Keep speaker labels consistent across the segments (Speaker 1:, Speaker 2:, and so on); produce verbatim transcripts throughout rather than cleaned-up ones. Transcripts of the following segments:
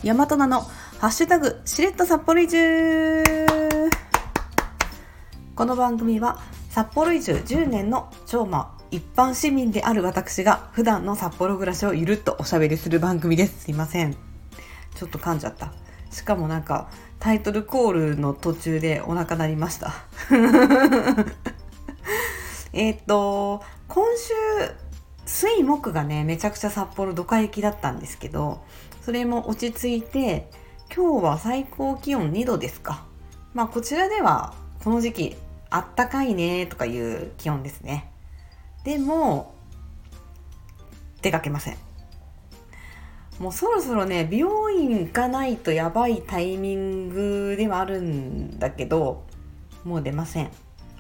Speaker 1: 大和菜のハッシュタグしれっと札幌移住。この番組は札幌移住じゅうねんの超ま一般市民である私が普段の札幌暮らしをゆるっとおしゃべりする番組です。すいません、ちょっと噛んじゃった。しかもなんかタイトルコールの途中でお腹鳴りましたえっと今週水木がねめちゃくちゃ札幌ドカ雪だったんですけど、それも落ち着いて今日は最高気温にどですか。まあこちらではこの時期あったかいねとかいう気温ですね。でも出かけません。もうそろそろね美容院行かないとやばいタイミングではあるんだけど、もう出ません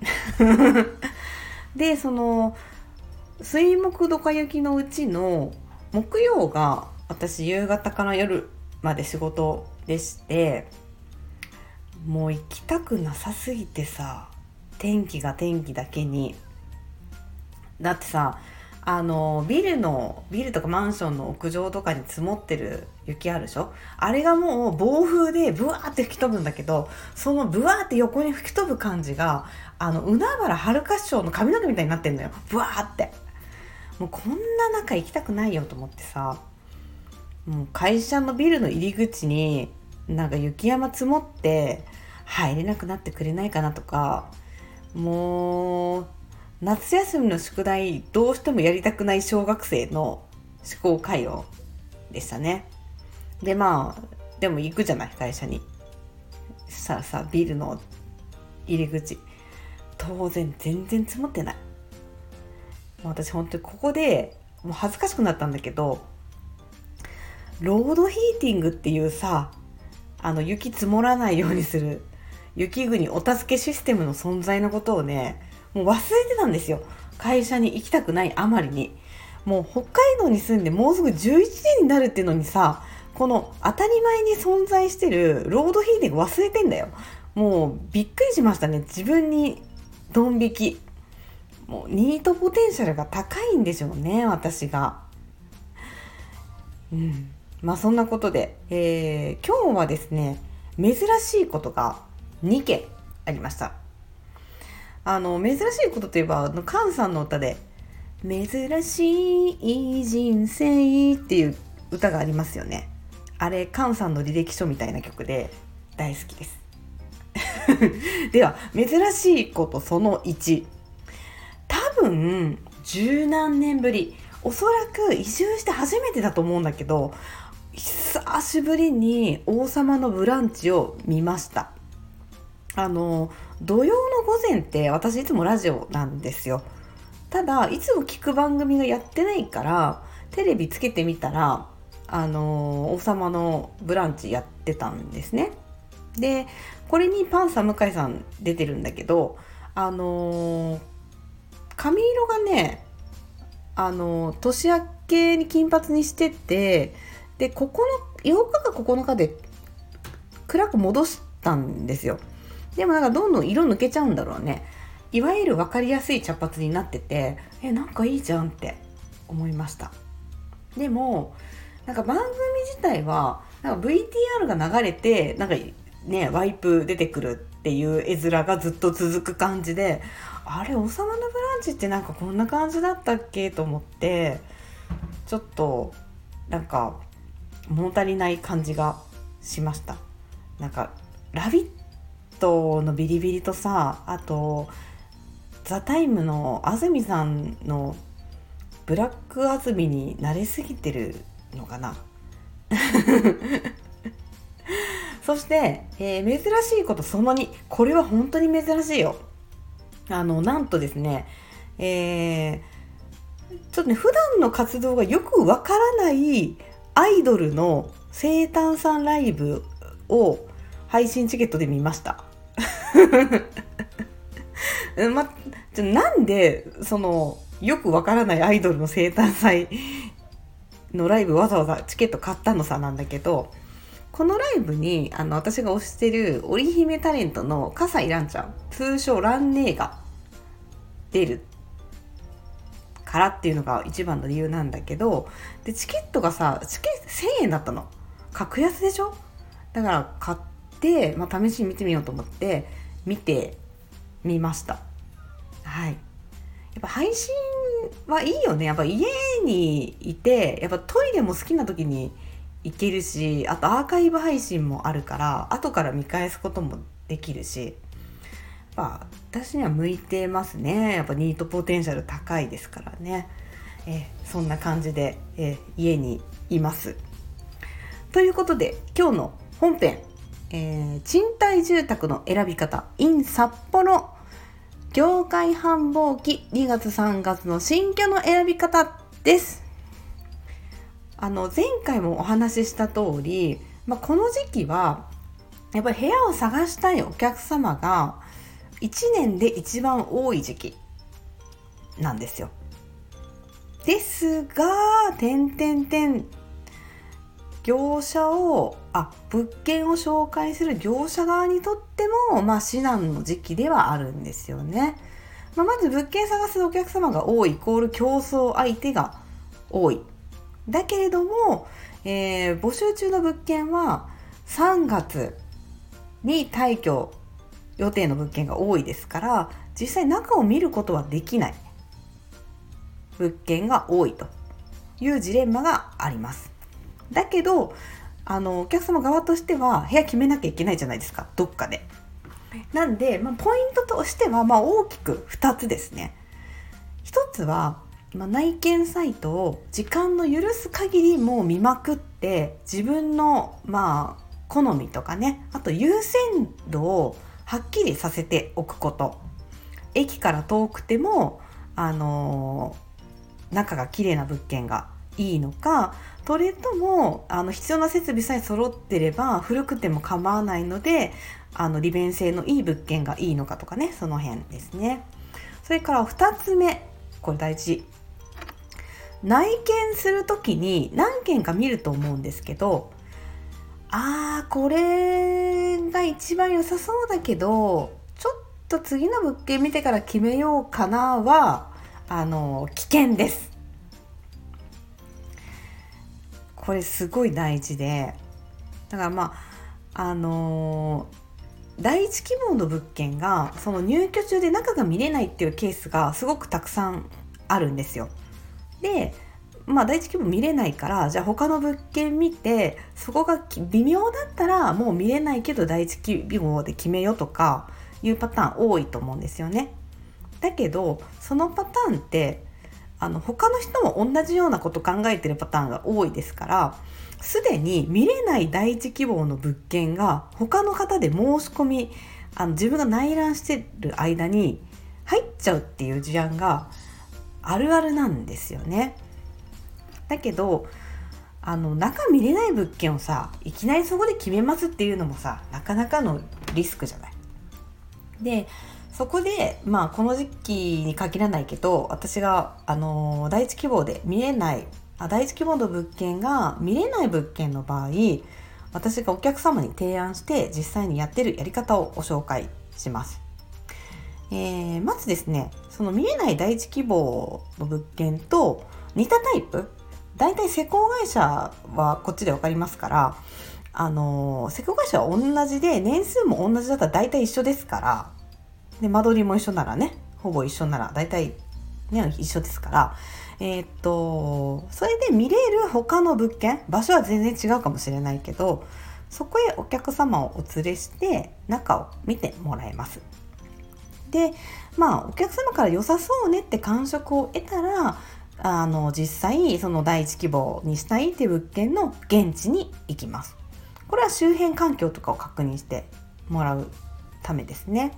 Speaker 1: でその水木ドカ雪のうちの木曜が私夕方から夜まで仕事でして、もう行きたくなさすぎてさ、天気が天気だけに。だってさ、あのビルのビルとかマンションの屋上とかに積もってる雪あるでしょ。あれがもう暴風でブワーって吹き飛ぶんだけど、そのブワーって横に吹き飛ぶ感じがあの海原はるか師匠の髪の毛みたいになってんのよ、ブワーって。もうこんな中行きたくないよと思ってさ、もう会社のビルの入り口になんか雪山積もって入れなくなってくれないかなとか、もう夏休みの宿題どうしてもやりたくない小学生の思考回路でしたね。でまあでも行くじゃない会社に。そしたらさ、ビルの入り口当然全然積もってない。私本当にここでもう恥ずかしくなったんだけど、ロードヒーティングっていうさ、あの雪積もらないようにする雪国お助けシステムの存在のことをねもう忘れてたんですよ。会社に行きたくないあまりに。もう北海道に住んでもうすぐじゅういちねんになるっていうのにさ、この当たり前に存在してるロードヒーティング忘れてんだよ。もうびっくりしましたね。自分にドン引き。もうニートポテンシャルが高いんでしょうね、私が。うんまあそんなことで、えー、今日はですね珍しいことがにけんありました。あの珍しいことといえばカンさんの歌で珍しい人生っていう歌がありますよね。あれカンさんの履歴書みたいな曲で大好きですでは珍しいことそのいち、多分十何年ぶり、おそらく移住して初めてだと思うんだけど、久しぶりに王様のブランチを見ました。あの土曜の午前って私いつもラジオなんですよ。ただいつも聞く番組がやってないからテレビつけてみたらあの王様のブランチやってたんですね。でこれにパンサ向井さん出てるんだけど、あの髪色がねあの年明けに金髪にしてて、でここのようかかここのかで暗く戻したんですよ。でもなんかどんどん色抜けちゃうんだろうね。いわゆる分かりやすい茶髪になってて、えなんかいいじゃんって思いました。でもなんか番組自体はなんか ブイティーアール が流れてなんかねワイプ出てくるっていう絵面がずっと続く感じで、あれ王様のブランチってなんかこんな感じだったっけと思って、ちょっとなんか物足りない感じがしました。なんかラビットのビリビリとさ、あとザタイムの安住さんのブラック安住に慣れすぎてるのかなそして、えー、珍しいことそのに、これは本当に珍しいよ。あのなんとですね、えー、ちょっとね普段の活動がよくわからないアイドルの生誕さんライブを配信チケットで見ましたま、じゃなんでそのよくわからないアイドルの生誕祭のライブわざわざチケット買ったのさなんだけど、このライブにあの私が推してる織姫タレントの笠井蘭ちゃん、通称ラン姉が出るからっていうのが一番の理由なんだけど、でチケットがさチケットせんえんだったの。 格安でしょ。だから買って、まあ、試しに見てみようと思って見てみました。はい。やっぱ配信はいいよね。やっぱ家にいて、やっぱトイレも好きな時に行けるし、あとアーカイブ配信もあるから後から見返すこともできるし、やっぱ私には向いてますね。やっぱニートポテンシャル高いですからね。えー、そんな感じで、えー、家にいます。ということで今日の本編、えー、賃貸住宅の選び方 in 札幌業界繁忙期にがつさんがつの新居の選び方です。あの前回もお話しした通り、まあ、この時期はやっぱり部屋を探したいお客様がいちねんで一番多い時期なんですよ。ですが、点々点業者をあ物件を紹介する業者側にとっても、まあ、至難の時期ではあるんですよね。まあ、まず物件探すお客様が多いイコール競争相手が多い。だけれども、えー、募集中の物件はさんがつに退去予定の物件が多いですから、実際中を見ることはできない物件が多いというジレンマがあります。だけどあのお客様側としては部屋決めなきゃいけないじゃないですか、どっかで。なんで、まあ、ポイントとしては、まあ、大きくふたつですね。ひとつは、まあ、内見サイトを時間の許す限りもう見まくって自分のまあ好みとかね、あと優先度をはっきりさせておくこと。駅から遠くてもあのー、中が綺麗な物件がいいのか、それともあの必要な設備さえ揃ってれば古くても構わないのであの利便性のいい物件がいいのかとかね、その辺ですね。それからふたつめ、これ大事。内見するときに何件か見ると思うんですけど、あーこれが一番良さそうだけどちょっと次の物件見てから決めようかなはあの危険です。これすごい大事で、だからまああのー、第一希望の物件がその入居中で中が見れないっていうケースがすごくたくさんあるんですよ。で、まあ第一希望見れないから、じゃあ他の物件見てそこが微妙だったらもう見れないけど第一希望で決めようとかいうパターン多いと思うんですよね。だけどそのパターンってあの他の人も同じようなこと考えてるパターンが多いですから、すでに見れない第一希望の物件が他の方で申し込み、あの自分が内覧してる間に入っちゃうっていう事案があるあるなんですよね。だけどあの中見れない物件をさいきなりそこで決めますっていうのもさ、なかなかのリスクじゃない。でそこでまあこの時期に限らないけど、私があの第一希望で見れないあ第一希望の物件が見れない物件の場合、私がお客様に提案して実際にやってるやり方をご紹介します。えー、まずですね、その見えない第一希望の物件と似たタイプ、だいたい施工会社はこっちで分かりますから、あのー、施工会社は同じで年数も同じだったらだいたい一緒ですから、で間取りも一緒ならね、ほぼ一緒ならだいたい、ね、一緒ですから、えー、っとそれで見れる他の物件、場所は全然違うかもしれないけど、そこへお客様をお連れして中を見てもらえます。でまあお客様から良さそうねって感触を得たら、あの実際その第一希望にしたいっていう物件の現地に行きます。これは周辺環境とかを確認してもらうためですね。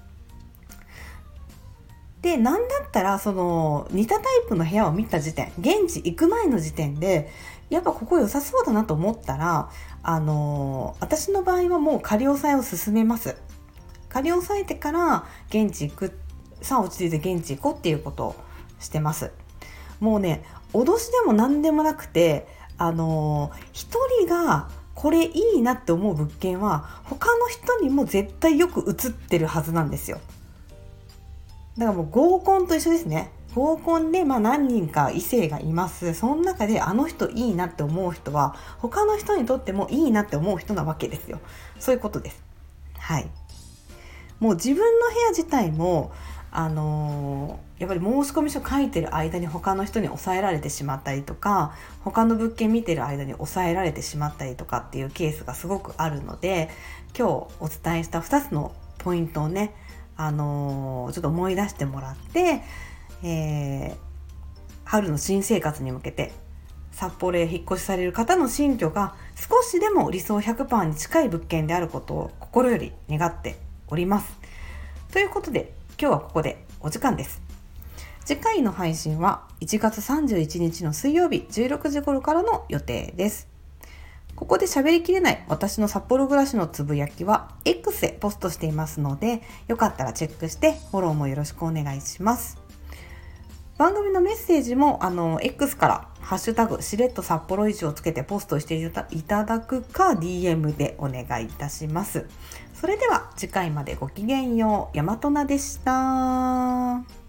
Speaker 1: でなんだったらその似たタイプの部屋を見た時点、現地行く前の時点でやっぱここ良さそうだなと思ったら、あの私の場合はもう仮押さえを進めます。仮押さえてから現地行く、さあ落ち着いて現地行こうっていうことをしてます。もうね、脅しでも何でもなくて、あの一人がこれいいなって思う物件は他の人にも絶対よく映ってるはずなんですよ。だからもう合コンと一緒ですね。 合コンでまあ何人か異性がいます。その中であの人いいなって思う人は他の人にとってもいいなって思う人なわけですよ。そういうことです。はい。もう自分の部屋自体もあのー、やっぱり申し込み書書いてる間に他の人に抑えられてしまったりとか、他の物件見てる間に抑えられてしまったりとかっていうケースがすごくあるので、今日お伝えしたふたつのポイントをね、あのー、ちょっと思い出してもらって、えー、春の新生活に向けて札幌へ引っ越しされる方の新居が少しでも理想 ひゃくパーセント に近い物件であることを心より願っております。ということで今日はここでお時間です。次回の配信はいちがつさんじゅういちにちの水曜日じゅうろくじ頃からの予定です。ここで喋りきれない私の札幌暮らしのつぶやきは X でポストしていますので、よかったらチェックしてフォローもよろしくお願いします。番組のメッセージもあの X からハッシュタグしれっと札幌市をつけてポストしていただくか ディーエム でお願いいたします。それでは次回までごきげんよう。大和菜でした。